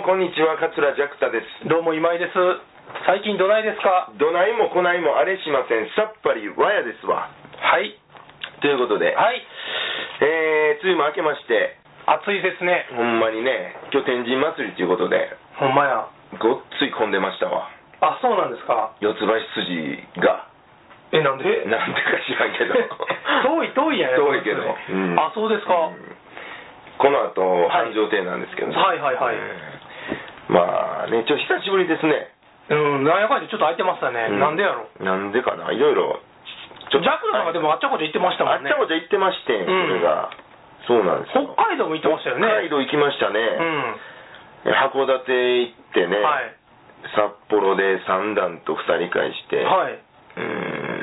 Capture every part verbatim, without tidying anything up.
こんにちは、桂ジャクタです。 どうも今井です。最近どないですか？ どないもこないもあれしません。さっぱりわやですわ。 はい。 ということで、 はい。 えー、梅雨も明けまして、 暑いですね。 ほんまにね、今日天神祭りということで、 ほんまや。 ごっつい混んでましたわ。 あ、そうなんですか。 四つ橋筋が。 え、なんで？ なんでか知らんけど。 遠い遠いやん。 遠いけど。 うん、あ、そうですか。うん、 この後、繁盛亭なんですけどね。 はいはいはい。 うん、まあね、ちょっと久しぶりですね。 うん、なんやかんやちょっと空いてましたね。うん、なんでやろ。 なんでかな、いろいろ。 ジャクタさんがでもあっちゃこっちゃ行ってましたもんね。 あっちゃこっちゃ行ってまして、それが。そうなんですよ。 北海道も行ってましたよね。 北海道行きましたね。うん。函館行ってね、はい、札幌で三段と二人会して、はい。うん、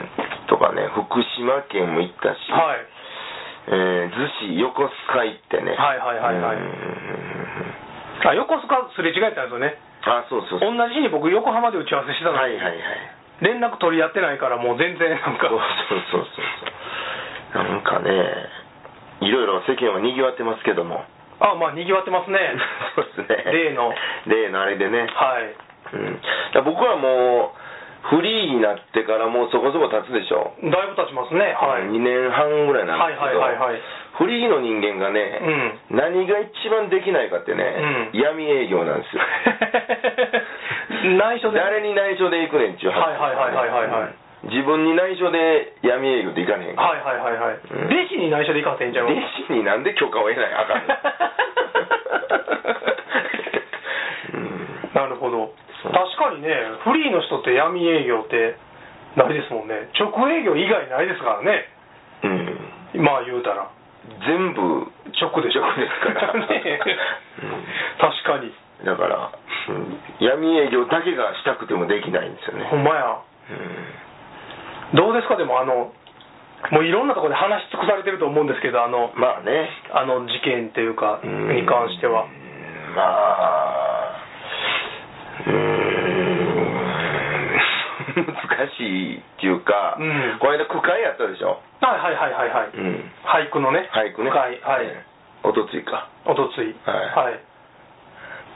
とかね、福島県も行ったし、はい。えー、逗子、横須賀行ってね。 はいはいはいはい。あ、横須賀すれ違えたんですよね。 あ、そうそうそう。 同じ日に僕、横浜で打ち合わせしてたのに、はいはいはい。連絡取り合ってないから、もう全然なんか。 そうそうそうそう。なんかね、いろいろ世間は賑わってますけども。 あ、まあ、賑わってますね。 そうですね。 例の。 例のあれでね。 はい。 うん、だ僕はもう、フリーになってからもうそこそこ経つでしょ。 だいぶ経ちますね。はい。 にねんはんぐらいなんですけど、はいはいはいはい、フリーの人間がね、うん、何が一番できないかってね、うん、闇営業なんですよ。 内緒で誰に内緒で行くねんっちゅう話。 はいはいはいはいはい、はい。 自分に内緒で闇営業で行かねへんから。 はいはいはいはい。うん、弟子に内緒で行かせんじゃん。 弟子になんで許可を得ないあかんの。 うん、なるほど。確かにね、フリーの人って闇営業ってないですもんね。直営業以外ないですからね。うん。まあ言うたら。 全部直でしょ。 直ですから。ね、 うん、確かに。 だから、うん、闇営業だけがしたくてもできないんですよね。 ほんまや。うん、どうですか、でもあの、もういろんなところで話し尽くされてると思うんですけど、あの、 まあね。 あの事件っていうか、に関しては。 まあ、うーん、難しいっていうか、うん、この間句会やったでしょ。 はいはいはいはいはい。うん、俳句のね。 俳句ね。 句会、はい。 おとついか。 おとつい。はい。はい、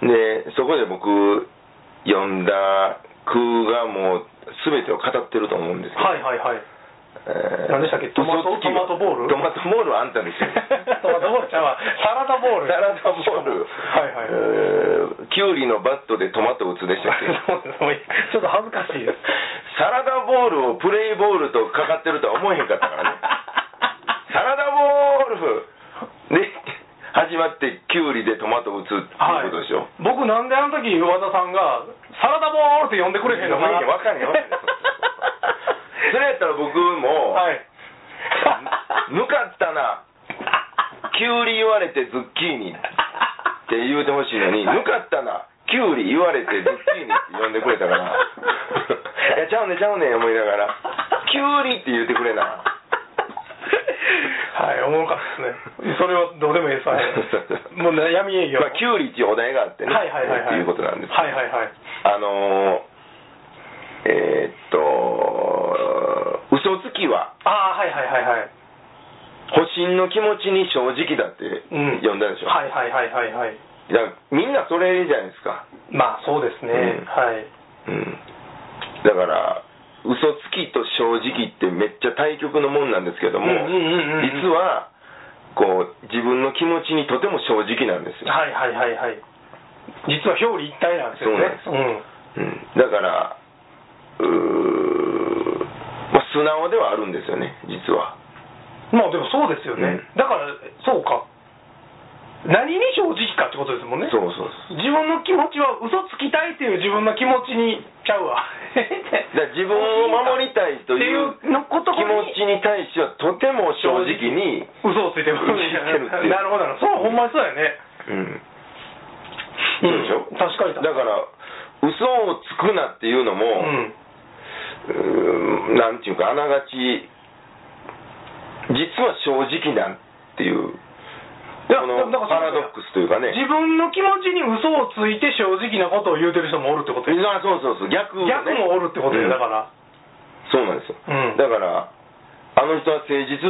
で、そこで僕、読んだ句がもう、すべてを語ってると思うんですけど。 はいはいはい。えー、何でしたっけ、トマト、トマトボールトマトボールはあんたですよ。 トマトボールちゃうわ。サラダボール。 サラダボール。 はいはい。えー、キュウリのバットでトマト打つでしたっけ。 そうです。ちょっと恥ずかしいです。 サラダボールをプレイボールとかかってるとは思えへんかったからね。サラダボールで始まってキュウリでトマト打つっていうことでしょ。はい、 僕なんであの時和田さんがサラダボールって呼んでくれへんのかな。 わかんないよ。それやったら僕も、はい、向かったな、キュウリ言われてズッキーニって言うてほしいのに、向かったな、キュウリ言われてズッキーニって呼んでくれたから、いや、ちゃうねちゃうね思いながら、キュウリって言うてくれな。 はい、おもろかったですね。それはどうでもいいです。もうね、闇営業。 まあ、キュウリっていうお題があってね、 はいはいはいはい、 っていうことなんです。 はいはいはい。 あのー、えー、っと、嘘つきは、 ああ、はいはいはいはい。 保身の気持ちに正直だって読んだでしょ。 うん、はいはいはいはいはい。 だからみんなそれじゃないですか。 まあそうですね。うん、はい。 うん。だから、嘘つきと正直ってめっちゃ対極のもんなんですけども、実は、こう、自分の気持ちにとても正直なんですよ。 はいはいはいはい。実は表裏一体なんですよね。 そうなんです。うん。うん、だから、うー、まあ、素直ではあるんですよね、実は。 まあでもそうですよね。うん、だから、そうか。何に正直かってことですもんね。 そうそうそう。 自分の気持ちは嘘つきたいっていう自分の気持ちにちゃうわ。 だ自分を守りたいという気持ちに対してはとても正直に嘘をついてるっていう。なるほどなるほど。そう、ほんまにそうやね。 うん。そうでしょ。 うん、確かに。 だから嘘をつくなっていうのも、うん、なんていうかあながち実は正直なんっていう。このパラドックスというかね、 自分の気持ちに嘘をついて正直なことを言うてる人もおるってことです。 あ、そうそうそう、逆、ね、 逆もおるってことで、うん、だからそうなんですよ、うん、だからあの人は誠実だっ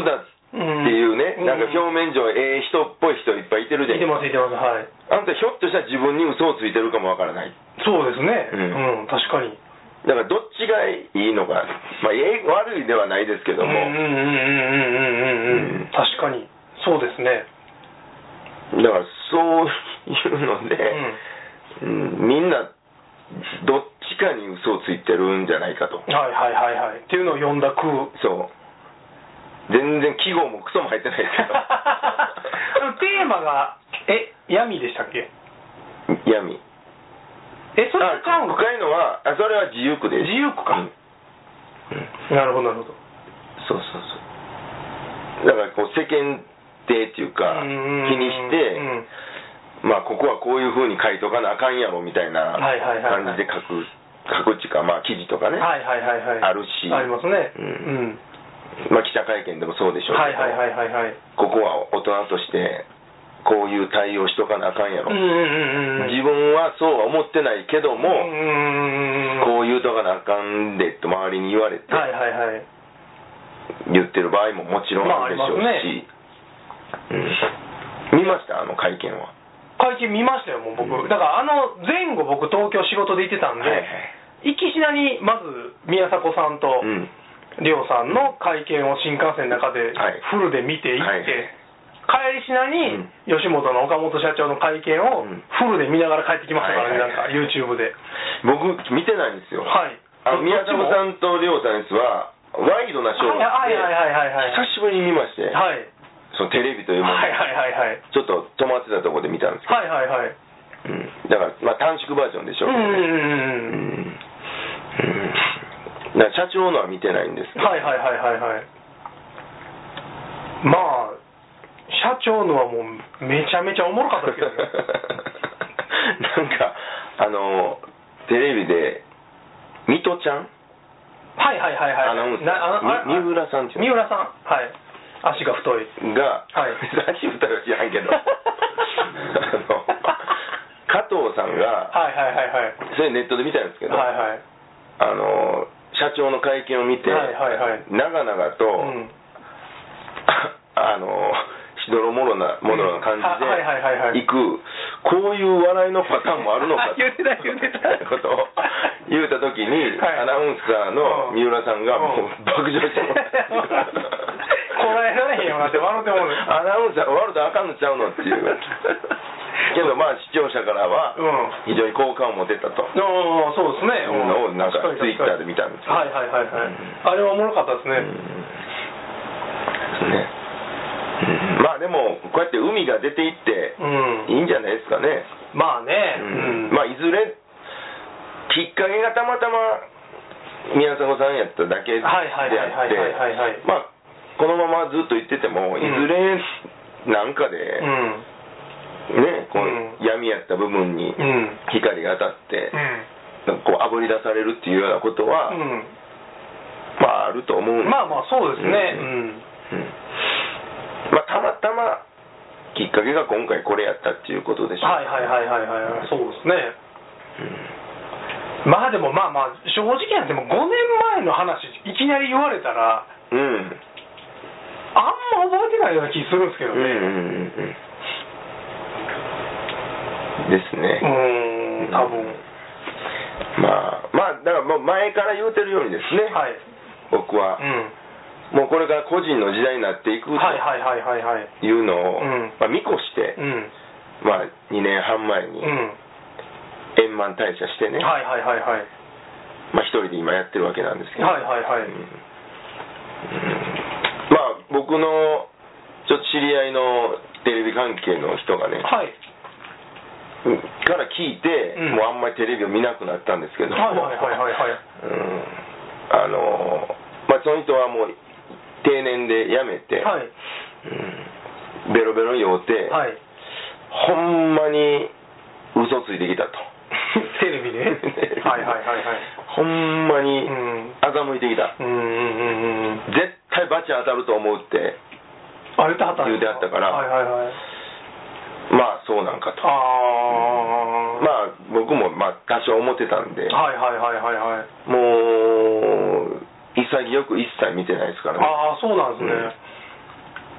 いうね、うん、なんか表面上ええ人っぽい人いっぱいいてるじゃないですか。いてますいてます、はい。 あんたひょっとしたら自分に嘘をついてるかもわからない。 そうですね、うん、うん、確かに。 だからどっちがいいのか、まあ、え悪いではないですけども、うんうんうんうんうんうん、確かにそうですね。 だからそういうので、うん、うん、みんなどっちかに嘘をついてるんじゃないかと。 はいはいはいはい。っていうのを読んだ句。 そう。全然季語もクソも入ってないですけど。 テーマがえ闇でしたっけ？ 闇。 えそれはちゃうの？深いのはあそれは自由句です。 自由句か。うんうん、なるほどなるほど。 そうそうそう。だからこう世間体っていうか気にして。うんまあここはこういうふうに書いとかなあかんやろみたいな感じで書く、書くっていうか、まあ記事とかね、 はいはいはいはい、 あるし、 ありますね。 うん。まあ記者会見でもそうでしょうけど、 はいはいはいはいはい、 ここは大人としてこういう対応しとかなあかんやろ。 うんうんうんうん、 自分はそうは思ってないけども、うんうんうん、こう言うとかなあかんでと周りに言われて、 はいはいはい、 言ってる場合ももちろんあるでしょうし、まあありますね。うん、見ましたあの会見は。 会見見ましたよ、もう僕、うん、だからあの前後、僕、東京仕事で行ってたんで、はいはい、行きしなにまず宮迫さんと亮さんの会見を新幹線の中でフルで見ていって、はいはい、帰りしなに吉本の岡本社長の会見をフルで見ながら帰ってきましたからね、なんか YouTube で。 僕、見てないんですよ、はい、あの宮迫さんと亮さんのやつは、ワイドなショーで久しぶりに見まして。はいそのテレビというものをちょっと止まってたところで見たんですけど、はいはいはい、うん、だから、まあ、短縮バージョンでしょうけどね、うんうんうんうん、だから社長のは見てないんですけど、 はいはいはいはいはい、まあ社長のはもうめちゃめちゃおもろかったですけどねなんかあのテレビで水戸ちゃんはいはいはいはい、 アナウンサー三浦さんっていう三浦さん、はい、足が太いが、はい、足太いは知らんけどあの加藤さんが、はいはいはいはい、それネットで見たんですけど、はいはい、あの社長の会見を見て、はいはいはい、長々と、うん、あのしどろもろなものな感じで行く、こういう笑いのパターンもあるのかと言ってた言ってたことを言うた時に、はい、アナウンサーの三浦さんがもう爆笑してますこらえられへんよなって笑ってもるアナウンサーが笑うとあかんのちゃうのっていうけどまあ視聴者からは非常に好感を持てたと、 うん、そうですね、 いうのをなんかツイッターで見たんですよ。 はいはいはいはい、うん、あれはおもろかったですね、うん、 ですね、うん、まあでもこうやって海が出ていっていいんじゃないですかね、 うん、まあね、 うん、まあいずれきっかけがたまたま宮迫さんやっただけであってまあこのままずっと言っててもいずれなんかで、うんね、この闇やった部分に光が当たって、うん、こうあぶり出されるっていうようなことは、うん、まああると思うんです。 まあまあそうですね、うんうんまあ、たまたまきっかけが今回これやったっていうことでしょう。 はいはいはいはいはい、そうですね、うん、まあでもまあまあ正直なでもごねんまえの話いきなり言われたら、うん、あんま覚えてないような気するんですけどね、うんうんうんですね。 うん、多分。 まあまあだからもう前から言うてるようにですね。はい、僕は、うん、もうこれから個人の時代になっていくというのを、まあ、見越して、うん、まあにねんはん前に円満退社してね。はいはいはいはい。まあ一人で今やってるわけなんですけど。はいはいはい。うん、まあ僕のちょっと知り合いのテレビ関係の人がね。はい。から聞いて、うん、もうあんまりテレビを見なくなったんですけど、はいはいはいはい、うんあのまあ、その人はもう定年で辞めて、はいうん、ベロベロに酔うて、はい、ほんまに嘘ついてきたとテレビではいはいはいはいほんまに欺いてきた、うんうんうんうん、絶対バチ当たると思うって言うてはったから、はいはいはいまあそうなんかと。ああ。まあ僕もまあ多少思ってたんで。はいはいはいはいはい。もう潔く一切見てないですからね。 ああそうなんですね。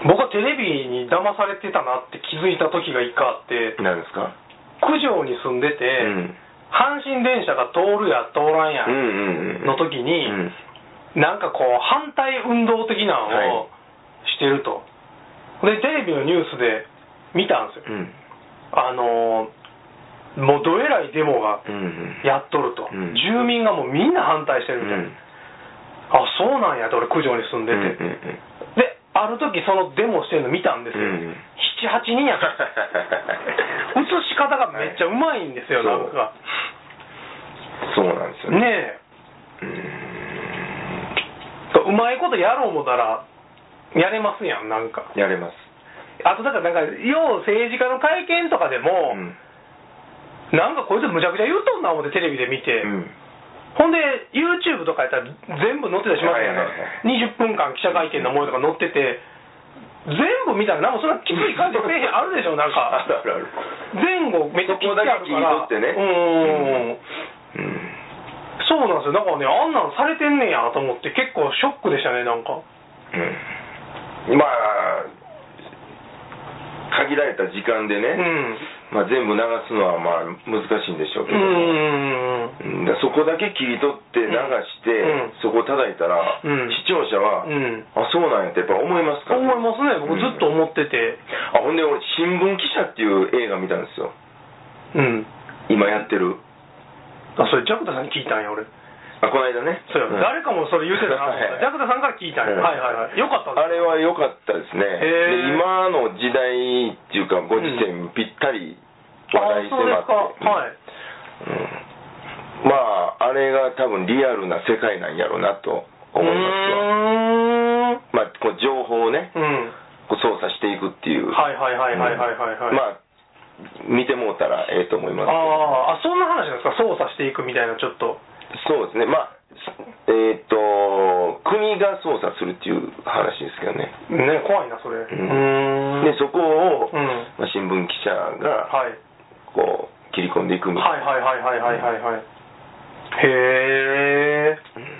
僕はテレビに騙されてたなって気づいた時が一回あって、 何ですか？ 九条に住んでて、うん、阪神電車が通るや通らんやの時に、うんうん、なんかこう反対運動的なのをしてると、はい、でテレビのニュースで見たんですよ、うん、あのもうどえらいデモがやっとると、うん、住民がもうみんな反対してるみたいな、うん、あそうなんやと俺九条に住んでて、うんうんうん、である時そのデモしてるの見たんですよ、うん、ななはちにんやから映し方がめっちゃうまいんですよ、はい、なんかそうなんですよね。 ねえ、うーん、うまいことやろう思ったらやれますやん、なんかやれます。 あとだからなんか要政治家の会見とかでも、うん、なんかこいつむちゃくちゃ言うとんな思ってテレビで見て、うん、ほんで YouTube とかやったら全部載ってたりしますよね、はいはいはい、にじゅっぷんかん記者会見の模様とか載ってて、全部見たらなんかそんなきつい感じせえへんあるでしょ、なんかあるあるある、 前後めっちゃ切ってあるから、そこだけ切り取ってね、うん、うんうん、そうなんですよ。だからね、あんなんされてんねやと思って結構ショックでしたね、なんか、 うん、まあ限られた時間でね、うん、まあ、全部流すのはまあ難しいんでしょうけども、うん、そこだけ切り取って流して、うん、そこを叩いたら、うん、視聴者は、うん、あ、そうなんやってやっぱ思いますから、 ね、思いますね、僕ずっと思ってて、 うん、あ、ほんで俺新聞記者っていう映画見たんですよ、うん、今やってる。 あ、それジャクタさんに聞いたんや俺。 あ、この間ね、 そう、うん、誰かもそれ言うてたなと思った、ジャクタさんから聞いたんや、うん、はいはいはい、よかったです。 あれは良かったですね。で今の時代っていうかご時世にぴったり話題性があって、うん、はい、うん、まああれが多分リアルな世界なんやろうなと思いますわ。まあこう情報をね、うん、こう操作していくっていう、はいはいはいはいはいはい、はい、まあ見てもうたらええと思います。 ああ、そんな話なんですか、操作していくみたいな。ちょっとそうですね、まあえっ、ー、と国が操作するっていう話ですけどね。 ね、怖いなそれ。うん、 でそこを、うん、まあ、新聞記者が、はい、こう切り込んでいくみたいな。はいはいはいはいはいはい、うん、へえ、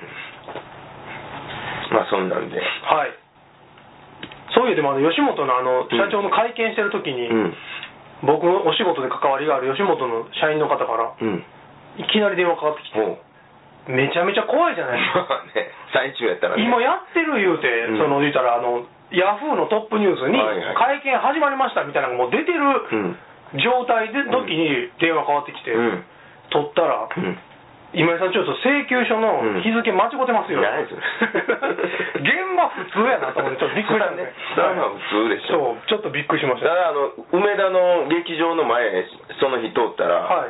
うん、まあそんなんで、 はい、そういうでもあの吉本のあの社長の会見してる時に、うん、僕のお仕事で関わりがある吉本の社員の方から、うん、いきなり電話かかってきて、めちゃめちゃ怖いじゃないですか。 ね、最中やったらね。 今やってる言うて、うん、その言うたらあのヤフーのトップニュースに会見始まりましたみたいなのがもう出てる状態で時に電話かかってきて、うん、取ったら、うん、今井さんちょっと請求書の日付間違ってますよ。うん、現場普通やなと思ってちょっとびっくりしたね。 それは普通でしょ。 そう、ちょっとびっくりしました。 だからあの梅田の劇場の前その日通ったら。はい、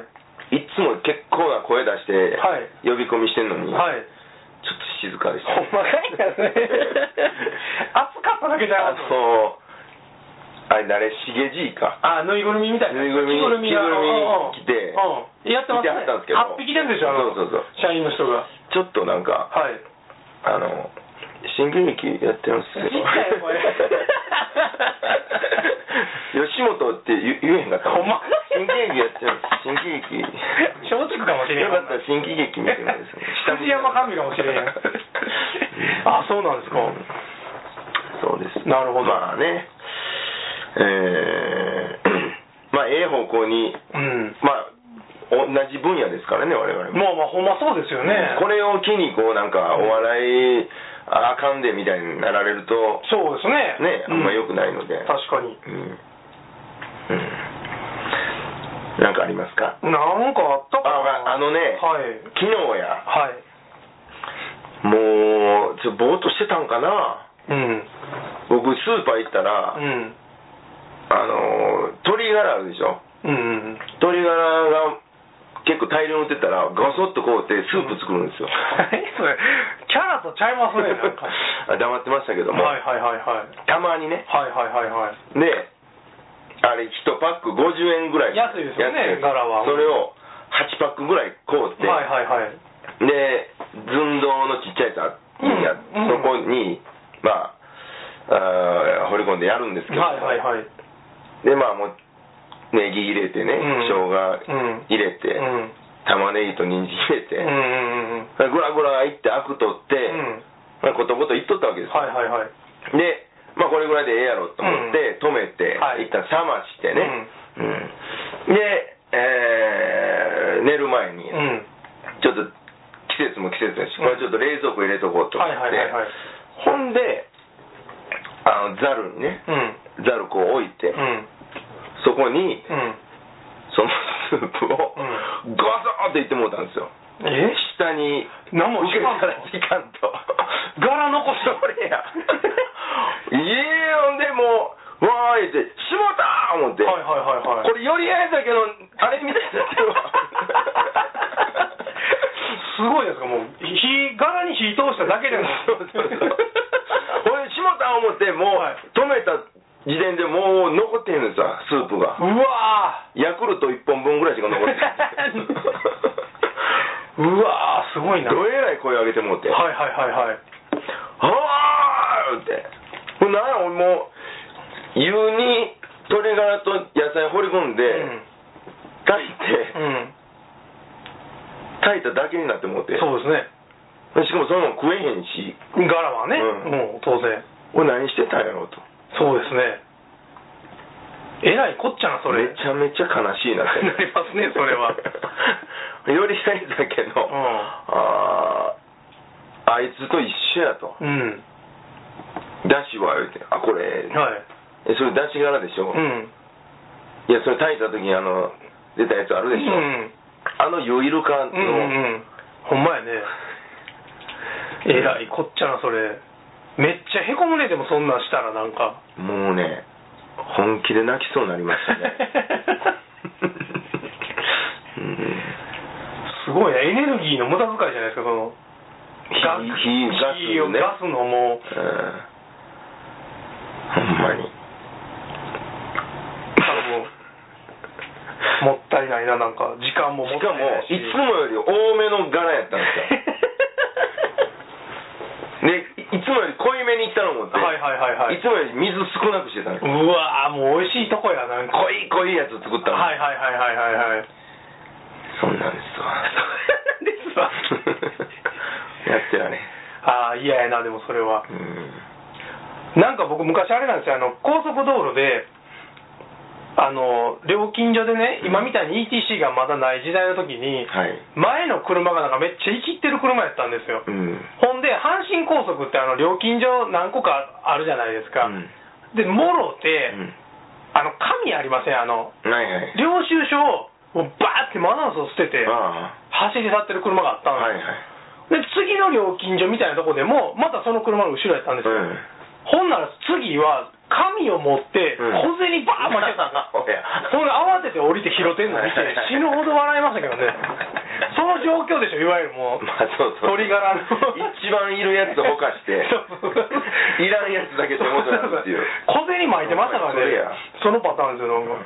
いつも結構な声出して呼び込みしてんのに、はい、ちょっと静かでした。 ほんまかいなね。暑かっただけじゃん。 あのあれ誰、しげじいか。 あ、ぬいぐるみみたいな。 ぬいぐるみ、着ぐるみ着て、 うん、やってますね。 見てはったんですけど。 はっぴきでんでしょ、あの、そうそうそう。社員の人が。 ちょっとなんか、はい、あの、新喜劇やってるんですよ。 ちっちゃい声。 吉本って言えへんかった。 ほんま新喜劇やってるんです。新喜劇。 松竹かもしれん。 よかったら新喜劇見てください。 藤山神かもしれん。あ、そうなんですか。うん、 そうです。 なるほど。 まあね。えー、まあええ方向に、うん、まあ同じ分野ですからね、我々も。 まあまあほんまそうですよね。 これを機にこうなんかお笑いあかんでみたいになられると、 そうですね。 ね、あんま良くないので。 うん、確かに。 うんうん、なんかありますか？ なんかあったかな。 あ、あのね、はい、昨日や、はい、もうちょっとぼーっとしてたんかな。うん、僕スーパー行ったら、うん、あの鶏ガラあるでしょ。うんうん、鶏ガラが結構大量に売ってたらガソッとこうってスープ作るんですよ。 え、それキャラとちゃいますね。なんか黙ってましたけども、 はいはいはいはい、 たまにね、 はいはいはいはい、 であれいちパックごじゅうえんぐらい安いですよね、ガラは。 それをはちパックぐらい買うて、はいはいはい、で寸胴のちっちゃいやつあって、うん、そこにまあ、あ放り込んでやるんですけど、はいはいはい、でまあもうネギ入れてね、うん、生姜入れて、うん、玉ねぎと人参入れて、うんうんうん、ぐらぐらいってアク取って、うん、ことごといっとったわけですよ。はいはいはい、でまあこれぐらいでええやろと思って止めて、 はい一旦冷ましてね、うんで、えー寝る前にうんちょっと季節も季節だし、これちょっと冷蔵庫入れとこうと思って、 はいはいはいはいほんであのざるにね、 うんざるこう置いて、 うんそこにうんそのスープをうんゴソーっていってもうたんですよ。 え下に何も受けたら時間と柄残しそれやいやほんでもうわーいってしもたー思って、 はいはいはいはいこれよりあえだけどあれみたいになってるわすごいですか、もう火柄に火通しただけでもそうそうそうこれしもたー思ってもう、 はい止めた時点でもう残ってへんのさスープがうわヤクルトいっぽんぶんぐらいしか残ってないうわーすごいな。 どえらい声上げてもうて、 はいはいはいはい。 はーってほんなんや俺もう湯に鶏ガラと野菜放り込んで、 うん炊いて、 うん炊いただけになってもうて、 そうですね。 しかもそのまま食えへんし、 柄はね、 うんもう当然。 俺何してたんやろうと。 そうですね。えらいこっちゃな、それ。 めちゃめちゃ悲しいなってなりますね、それは。 よりあえだけの、 うんああいつと一緒やと。 うん。 だしは言うて、あ、これ、 はい。 えそれだし柄でしょ。 うん。 いや、それ炊いた時にあの、出たやつあるでしょ。 うんあの湯イルカの、 うんうんうん。ほんまやね。えらいこっちゃな、それ。めっちゃへこむね、でもそんなんしたらなんか。 もうね、本気で泣きそうになりましたね。うんすごいね、エネルギーの無駄遣いじゃないですか、その。 火ガ火ガス火をねガスのもう。 うんほんまに。 多分もったいないな、なんか時間ももっしたかもいないし。 いつもより多めの柄やったんですよ。でいつもより濃いめにいったの思って、 はいはいはいはい。 いつもより水少なくしてたんですよ。 うわーもう美味しいとこやなんか。 濃い濃いやつ作ったの。 はいはいはいはいはいはい。 そんなんですわ。 ですわ。 やってらね。 ああ嫌やな、でもそれは。 うんなんか僕昔あれなんですよ、あの高速道路であの料金所でね、今みたいに イーティーシー がまだない時代の時に、 はい。 前の車がなんかめっちゃ生きってる車やったんですよ。 うんほんで阪神高速ってあの料金所何個かあるじゃないですか。 うんでもろて、 うんあの紙ありません、あのはいはい。 領収書をもうバーってマナースを捨ててあ走り去ってる車があったあんですよ。 はいはい。 で次の料金所みたいなとこでもまたその車の後ろやったんですよ。 うんほんなら次は紙を持ってうん小銭バーン巻けたんですおやほんで慌てて降りて拾ってんの見て死ぬほど笑いましたけどね。その状況でしょ、いわゆるもう、 まあそうそう。 鳥柄の一番いるやつをほかしてそうそういらんやつだけ手元にあるっていう。 小銭巻いてましたからね。 それやそのパターンですよ、なんか。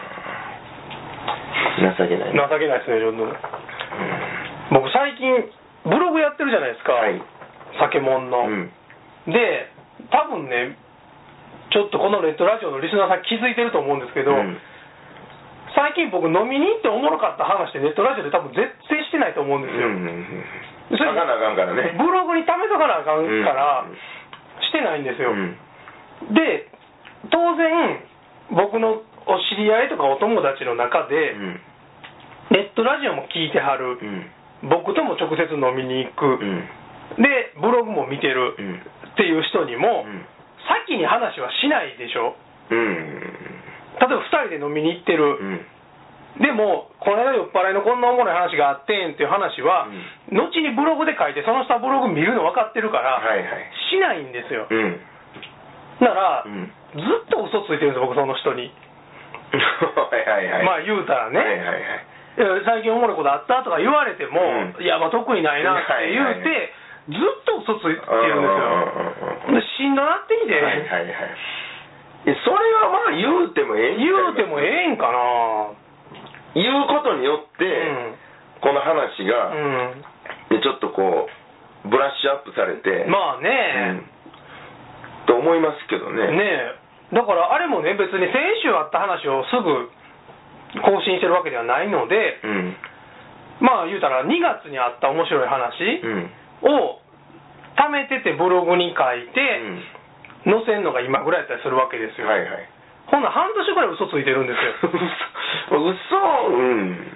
情けない。 情けないですね、ちょっと。僕最近ブログやってるじゃないですか、 はい酒もんの、 うんで多分ねちょっとこのレッドラジオのリスナーさん気づいてると思うんですけど、 うん最近僕飲みに行っておもろかった話ってネットラジオで多分絶対してないと思うんですよ、 うんうんそれ書かなあかんからね。 ブログに貯めとかなあかんからうんしてないんですよ、 うんで当然僕のお知り合いとかお友達の中で、 うんネットラジオも聞いてはる、 うん僕とも直接飲みに行く、 うんでブログも見てるうんっていう人にも、 うん先に話はしないでしょ。 うん例えばふたりで飲みに行ってる、 うんでもこの間酔っ払いのこんなおもろい話があってんっていう話は、後にブログで書いてその下ブログ見るの分かってるから、 はいはいしないんですよ。 うんだから、 うんずっと嘘ついてるんですよ、僕その人に。 はいはいはい。 まあ言うたらね、 はいはいはい。 いや最近おもろいことあったとか言われても、 うんいやまあ特にないなって言うて、 はいはいはいずっと嘘ついてるんですよ。でしんどなってきて、 はいはいはい。えそれはまあ言うてもええんちゃいます言うてもええんかな。 言うことによって、 うんこの話が、 うんでちょっとこうブラッシュアップされて、 まあね、 うんと思いますけどね。 ねえだからあれもね別に先週あった話をすぐ更新してるわけではないので、 うんまあ言うたらにがつにあった面白い話うんを貯めててブログに書いて、 載せんのが今ぐらいやったりするわけですよ。 はいはい。 ほんな半年ぐらい嘘ついてるんですよ。 嘘うん。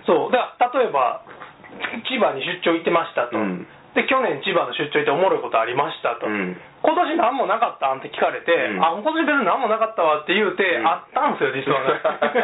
そう。だから例えば、千葉に出張行ってましたと。うん、で、去年千葉の出張行っておもろいことありましたと。うん、今年何もなかったんって聞かれて、うん、あ、今年別に何もなかったわって言うて、うん、あったんですよ、実はね。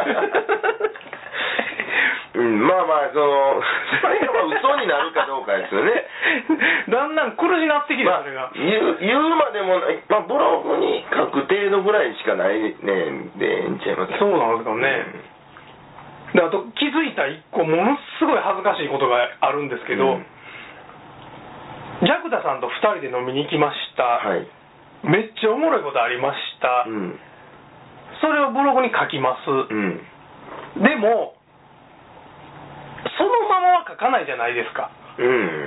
うん、まあまあ、その、それが嘘になるかどうかですよね。 だんだん苦しなってきて、 まあ、 それが。 言う、言うまでもない、まあ、ブログに書く程度ぐらいしかないねんで、ええんちゃいますか。 そうなんですかね。うん、で、あと、気づいた一個、ものすごい恥ずかしいことがあるんですけど、うん、ジャクダさんとふたりで飲みに行きました。はい、めっちゃおもろいことありました。うん、それをブログに書きます。うん、でも、そのままは書かないじゃないですか。うん、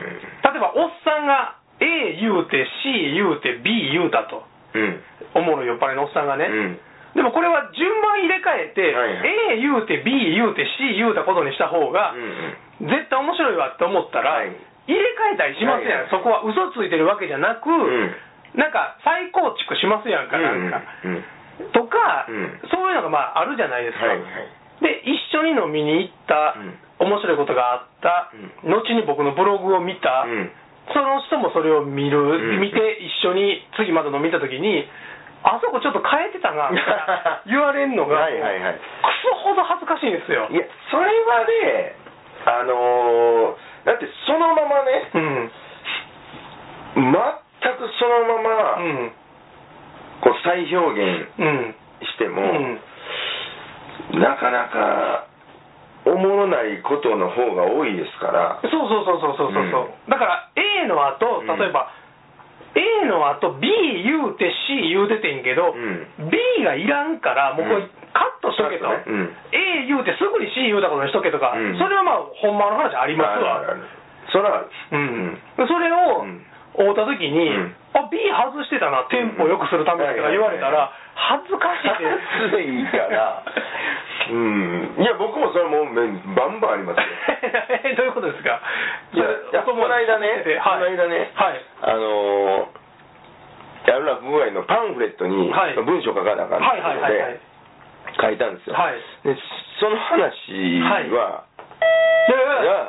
例えば、おっさんが A 言うて C 言うて B 言うたと。うん、おもろい酔っ払いのおっさんがね。うん、でもこれは順番入れ替えて、はいはい、A 言うて B 言うて C 言うたことにした方が、うん、絶対面白いわって思ったら、はい、入れ替えたりしますやん、はいはい、そこは嘘ついてるわけじゃなく、うん、なんか再構築しますやんか、なんか、うんうん、とか、うん、そういうのがまああるじゃないですか。はいはい、で、一緒に飲みに行った、うん、面白いことがあった、うん、後に僕のブログを見た、うん、その人もそれを見る、うん、見て一緒に次また飲みに行った時に、あそこちょっと変えてたなって言われるのがはいはい、はい、クソほど恥ずかしいんですよ。 いや、それはね、あのー、だってそのままね、うん、全くそのまま、うん、こう再表現しても、うんうん、なかなかおもろないことの方が多いですから。 そうそうそうそうそうそう、うん、だから A の後、例えば、うん、A の後 B 言うて C 言うててんけど、うん、B がいらんからもうこれカットしとけと、ね、うん、A 言うてすぐに C 言うたことにしとけとか、うん、それはまあほんまの話ありますわ。 あるある、それはある、 うんうん、それを会うた時に、うん、あ B 外してたな、テンポを良くするためにとか言われたら恥ずかしいです。 恥ずいからうん、いや僕もそれもうバンバンありますよ。 どういうことですか。 いや、いやこの間ね、はい、この間ね、はい、あのー、やる落語会のパンフレットに、はい、文章書かなあかんってことで書いたんですよ。はい、でその話は、はい、いや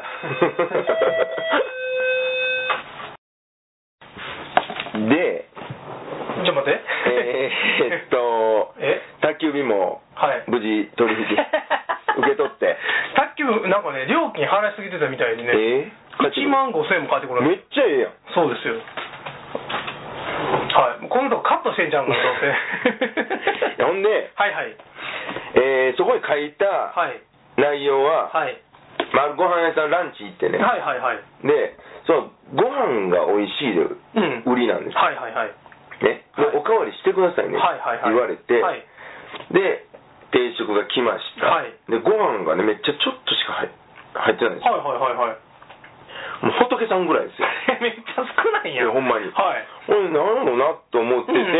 で、 ちょっと待って。 えー、っと、え宅急便も無事取引、はい、受け取って。 宅急便、なんかね、料金払いすぎてたみたいにね、えー、いちまんごせんえんも返ってこない。 めっちゃええやん。 そうですよ。はい、このとこカットしてんじゃんか、どうせ。ほんで、 はいはい。 えー、そこに書いた内容は、はい、まあ、ご飯屋さんランチ行ってね。 はいはいはい。 で、そのご飯が美味しいで売りなんです、うん、 はいはいはい。 ね、で、はい、おかわりしてくださいね、はいはいはい、言われて、はい、で、定食が来ました、はい、で、ご飯がね、めっちゃちょっとしか 入, 入ってないんですよ。 はいはいはいはい。 もう仏さんぐらいですよ。 めっちゃ少ないやん。 ほんまに。 はい。 これなんだろうなと思ってて、うんうん、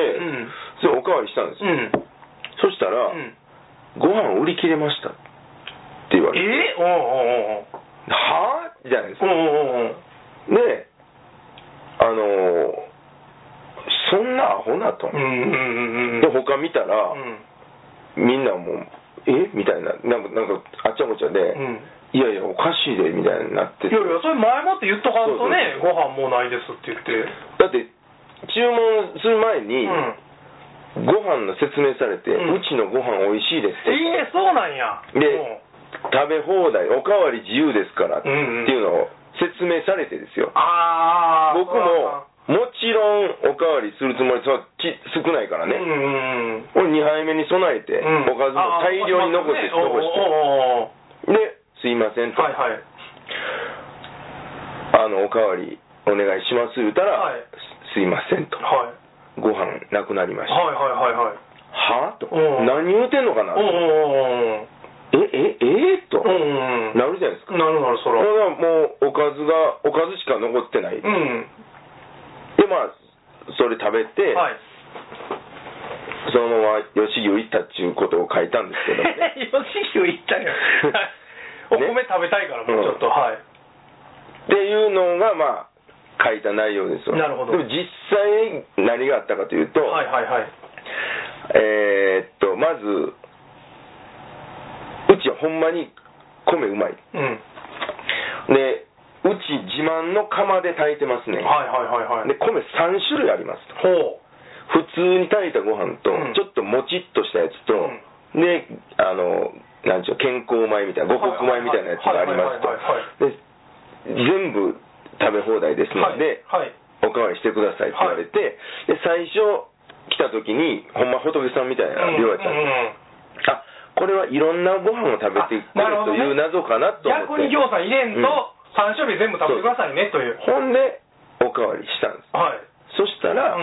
それおかわりしたんですよ。うん、そしたら、うん、ご飯売り切れましたって言われて。 えー、おうおうおうはぁじゃないですか。 おうおうおうで、あのー、そんなアホなと、うんうんうん、で他見たら、うん、みんなもうえみたいな、なんかなんかあっちゃこっちゃで、うん、いやいやおかしいでみたいになってて、 いやいやそれ前もって言っとかんとね、ご飯もうないですって言って、 だって注文する前に、うん、ご飯の説明されて、うん、うちのご飯おいしいですって、 ええー、そうなんや。 で、食べ放題おかわり自由ですからっていうのを説明されてですよ。 ああ、 僕ももちろんおかわりするつもりは少ないからね、うんうん、にはいめに備えて、うん、おかずも大量に残して残してですいませんと、はいはい、あのおかわりお願いします言うたら、はい、すいませんと、はい、ご飯なくなりました、 はいはいはいはい、 はぁと、何言うてんのかなと、ええええー、と、うんうん、なるじゃないですか。 なるなる、そら。 もうおかずがおかずしか残ってない。うん、でまあそれ食べて、はい、そのまま吉牛行ったっていうことを書いたんですけどね。 吉牛行ったよ。お米食べたいからもうちょっと、ね、はい。 っていうのがまあ書いた内容ですわ。 なるほど。 でも実際何があったかというと、 はいはいはい。 えー、っとまずうちはほんまに米うまい。うん。でうち自慢の釜で炊いてますね。はいはいはいはい。で米さん種類ありますと。ほう。普通に炊いたご飯と、うん、ちょっともちっとしたやつと、うん、であのなんちゅう健康米みたいな五穀米みたいなやつがありますと。で全部食べ放題ですので、はいはい、おかわりしてくださいって言われて、はい、で最初来た時にほんま仏さんみたいな量やったんです。うんうんうん、あ、これはいろんなご飯を食べてくるという謎かなと思って、ね、逆に餃子入れんと、うん、さん種類全部食べてくださいねという。ほんでおかわりしたんです。はい、そしたら、うん、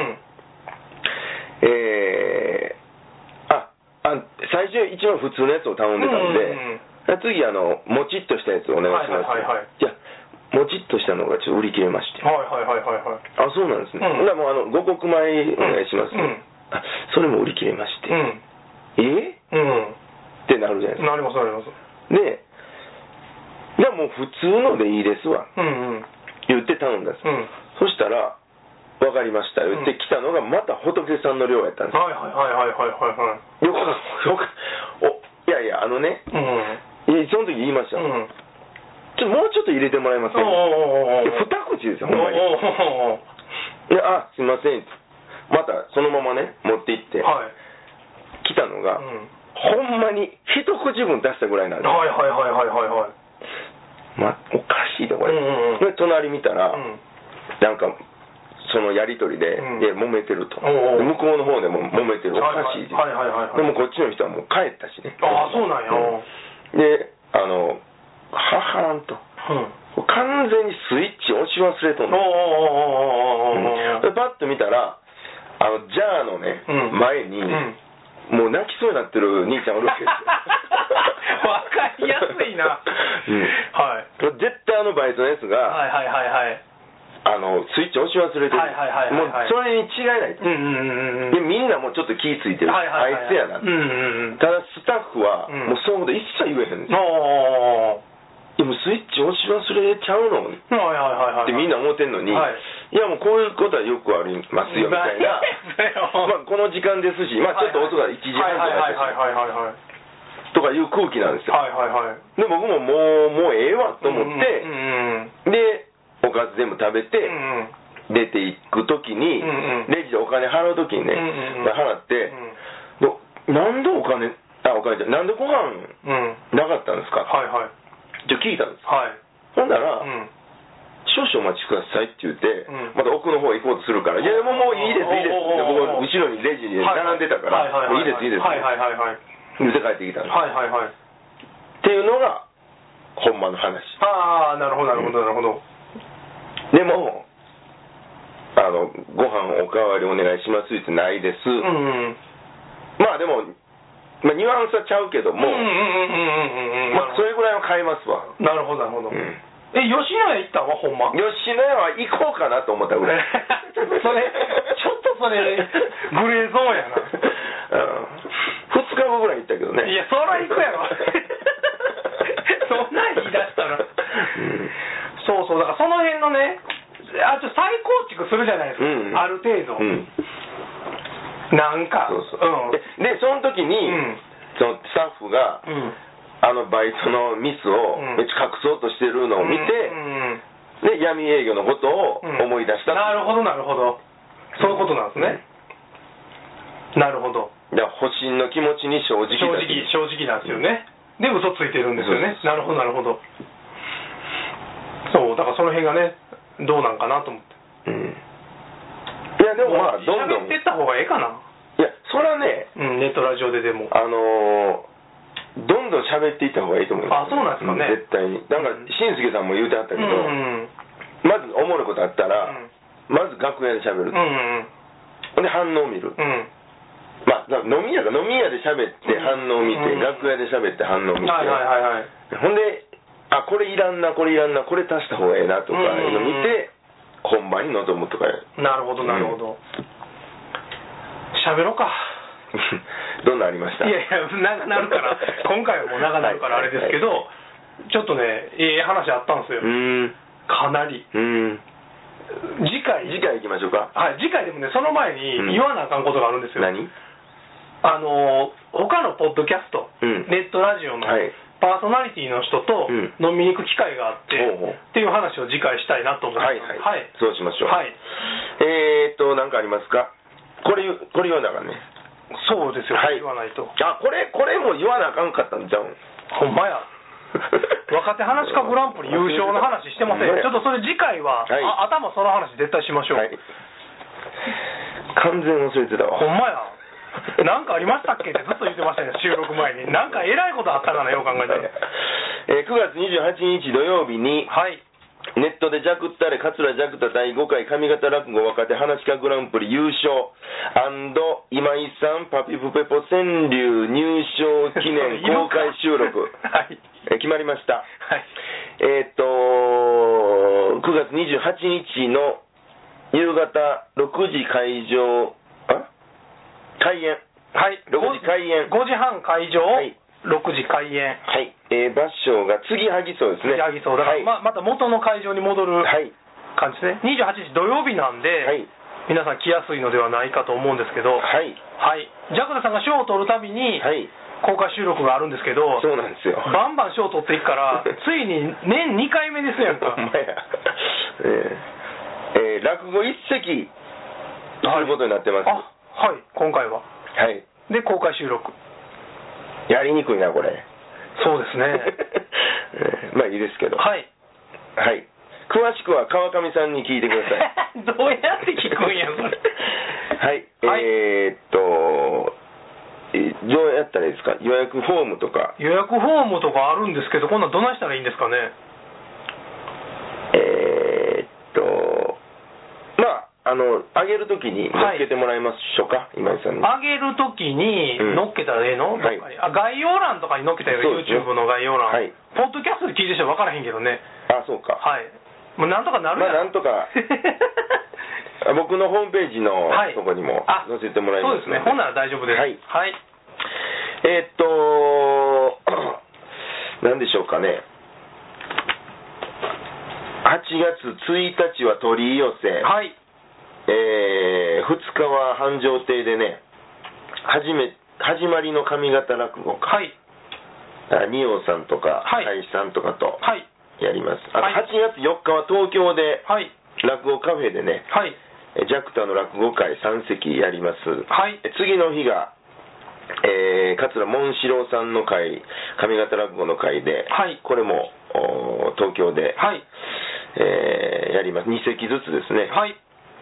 えー、ああ最初一番普通のやつを頼んでたんで、うんうんうん、次あのもちっとしたやつお願いします。はいはいはいはい、いやもちっとしたのがちょっと売り切れまして。はいはいはいはいはい。あ、そうなんですね。うん、もうあの五穀米お願いします、うんうん、あ、それも売り切れまして。うん、えー、うん、ってなるじゃないですか。なりますなります。で、じゃあもう普通のでいいですわ。うんうん、言って頼んだんです。うん、そしたら分かりました言ってきたのがまた仏さんの量やったんです。はいはいはいはいはいはい。よかよかおいやいやあのね、うん、その時言いました。うん、ちょもうちょっと入れてもらえませんか。二口ですよほんまに。で、あ、すいません。またそのままね持って行って、はい、来たのが、うん、ほんまに一口分出したぐらいなんです。はいはいはいはいはいはい。まおかしいでこれ。うんうん、で隣見たら、うん、なんかそのやり取りで、うん、いや揉めてると。で向こうの方でも揉めてる。おかしいです。はいはいはいはい、でもこっちの人はもう帰ったしね。ああそうなんや。うん、であのははらんと、うん、完全にスイッチ押し忘れとんの。でパッと見たらあのジャーのね、うん、前に、うん、もう泣きそうになってる兄ちゃんおるわけですよ。わかりやすいな、うん、はい、絶対あのバイトのやつがはいはいはいはいあのスイッチ押し忘れてる、はいはいはいはい、もうそれに違いないと、うんうんうん、でみんなもちょっと気ぃついてる、はいはいはいはい、あいつやな、うんうんうん、ただスタッフは、うん、もうそういうこと一切言えへんんですよ。でもスイッチ押し忘れちゃうの、はいはいはいはい、ってみんな思ってんのに、はい、いやもうこういうことはよくありますよみたいなまあこの時間ですし、まあ、ちょっと音がいちじはんとかとかいう空気なんですよ、はいはいはい、で僕ももうもうええわと思って、うんうんうん、でおかず全部食べて、うんうん、出ていくときに、うんうん、レジでお金払うときにね、うんうん、払って、うん、なんでお金あお金じゃなんでご飯なかったんですか、うん、はいはいじゃ聞いたんです、はい、ほんなら、うん、少々お待ちくださいって言って、うん、また奥の方行こうとするから、いやもうもういいですいいですって僕後ろにレジに並んでたから、もういいですいいですって言って帰ってきたんです、はいはいはい、っていうのがほんまの話。ああなるほどなるほどなるほど、うん、でもあのご飯おかわりお願いしますってないです、うんうん、まあでもまあ、ニュアンスはちゃうけども、それぐらいは買えますわ。なるほどなるほど、うん、え吉野家行ったんはほんま吉野家は行こうかなと思ったぐらいそれちょっとそれグレーゾーンやな、うん、ふつかごぐらい行ったけどね。いやそら行くやろそんなん言い出したら、うん、そうそうだからその辺のねあちょ再構築するじゃないですか、うん、ある程度、うんなんかそうそう、うん、で, でその時に、うん、そのスタッフが、うん、あのバイトのミスをめっちゃ隠そうとしてるのを見て、うんうん、で闇営業のことを思い出した、うん、なるほどなるほどそういうことなんですね、うん、なるほどだから保身の気持ちに正直だ正直正直なんですよね、うん、で嘘ついてるんですよね、なるほどなるほどそうだからその辺がねどうなんかなと思って、うんいやでもまあどんどん喋ってった方がええかな。いやそれはね、うん、ネットラジオででもあのー、どんどん喋っていった方がいいと思います、ね、あそうなんですかね、うん、絶対にだからしんすけさんも言うてはったけど、うんうん、まずおもろいことあったら、うん、まず楽屋で喋る、うんうん、で反応を見る、うん、まあ飲み屋が飲み屋で喋って反応を見て、うん、楽屋で喋って反応を見て、はいはいはいはい、ほんであこれいらんなこれいらんなこれ足した方がええなとかいうの見て、うんうん、本番に臨むとかなるほどなるほど喋、うん、ろうかどんなありました？いやいや長なるから今回はもう長なるからあれですけど、はいはいはい、ちょっとねええ話あったんですよ、うんかなり、うん次回次回行きましょうか。 はい、次回でもね、その前に言わなあかんことがあるんですよ。 うん、何？ あの他のポッドキャスト、うん、ネットラジオのパーソナリティの人と飲みに行く機会があって、うん、っていう話を次回したいなと思います。はいはい、はい、そうしましょう。 はい、 えーっと何かありますか？これこれ言わなあかんね。 そうですよ、はい、言わないと。 あ、これこれも言わなあかんかったんじゃん。 ほんまや。若手話家グランプリ優勝の話してません。ちょっとそれ次回は、はい、あ頭その話絶対しましょう。はい、 完全忘れてたわ。 ほんまや。なんかありましたっけってずっと言ってましたね、収録前に。なんかえらいことあったかな、よう考えたら。 えー、くがつにじゅうはちにち土曜日に、 はい、 ネットでジャクったれ桂ジャクタだいごかい上方落語若手話家グランプリ優勝今井さんパピプペポ川柳入賞記念公開収録、 はい、 えー、決まりました。 はい、 えー、っとくがつにじゅうはちにちの夕方ろくじ会場開演、 はい、 ろくじ開演、 ごじはん会場、はい、ろくじ開演、 はい、えー、場所が継ぎはぎそうですね。 継ぎはぎそうだから、はい、ま, また元の会場に戻る感じですね。にじゅうはちにち土曜日なんで、はい、皆さん来やすいのではないかと思うんですけど、 はい、 はい、ジャクダさんが賞を取るたびに、はい、公開収録があるんですけど、 そうなんですよ。 バンバン賞を取っていくからついに年にかいめですやんか。 ほんまや、えーえー、落語一席することになってます。 はい、はい、今回は。 はい。 で、公開収録。 やりにくいな、これ。 そうですね。 まあいいですけど。 はい。 はい。詳しくは川上さんに聞いてください。どうやって聞くんや、それ。 はい。はい、えー、っと、どうやったらいいですか？予約フォームとか。 予約フォームとかあるんですけど、こんなんどないしたらいいんですかね？ えー、っと、まあ、あの、上げるときに乗っけてもらいましょうか、はい、今井さんに。 上げるときに乗っけたらええの？うん、はい、あ、概要欄とかに載っけたら YouTube の概要欄。はい。ポッドキャストで聞いてる人は分からへんけどね。 あ、そうか。 はい。もうなんとかなるやん。 まあ、なんとか。僕のホームページのとこにも載せてもらいますので、はい、 そうですね。ほんなら大丈夫です。 はい。 はい、 えー、っと、なんでしょうかね。はちがつついたちは取り寄せ。 はい。 えー、ふつかは繁盛亭でね、はじめ始まりの上方落語家、はい、二葉さんとか海、はい、さんとかとやります。あとはちがつよっかは東京で、はい、落語カフェでね、はい、ジャクタの落語会さん席やります。はい、次の日が、えー、桂紋四郎さんの会、上方落語の会で、はい、これも東京で、はい、えー、やります。に席ずつですね。はい、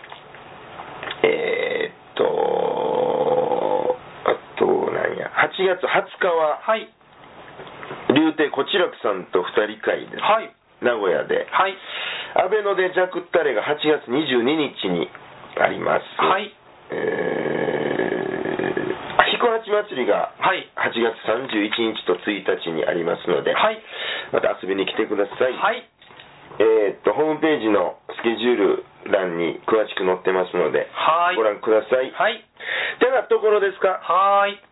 えー、っと、あとなんや、はちがつはつかは、はい、柳亭小痴楽さんとふたり会です。はい、名古屋で。はい、安倍のでジャクったれがはちがつにじゅうににちにあります。はい、えー、彦八祭りがはちがつさんじゅういちにちとついたちにありますので、はい、また遊びに来てください。はい、えー、っとホームページのスケジュール欄に詳しく載ってますので、はい、ご覧ください。はい。ではところですか。はい。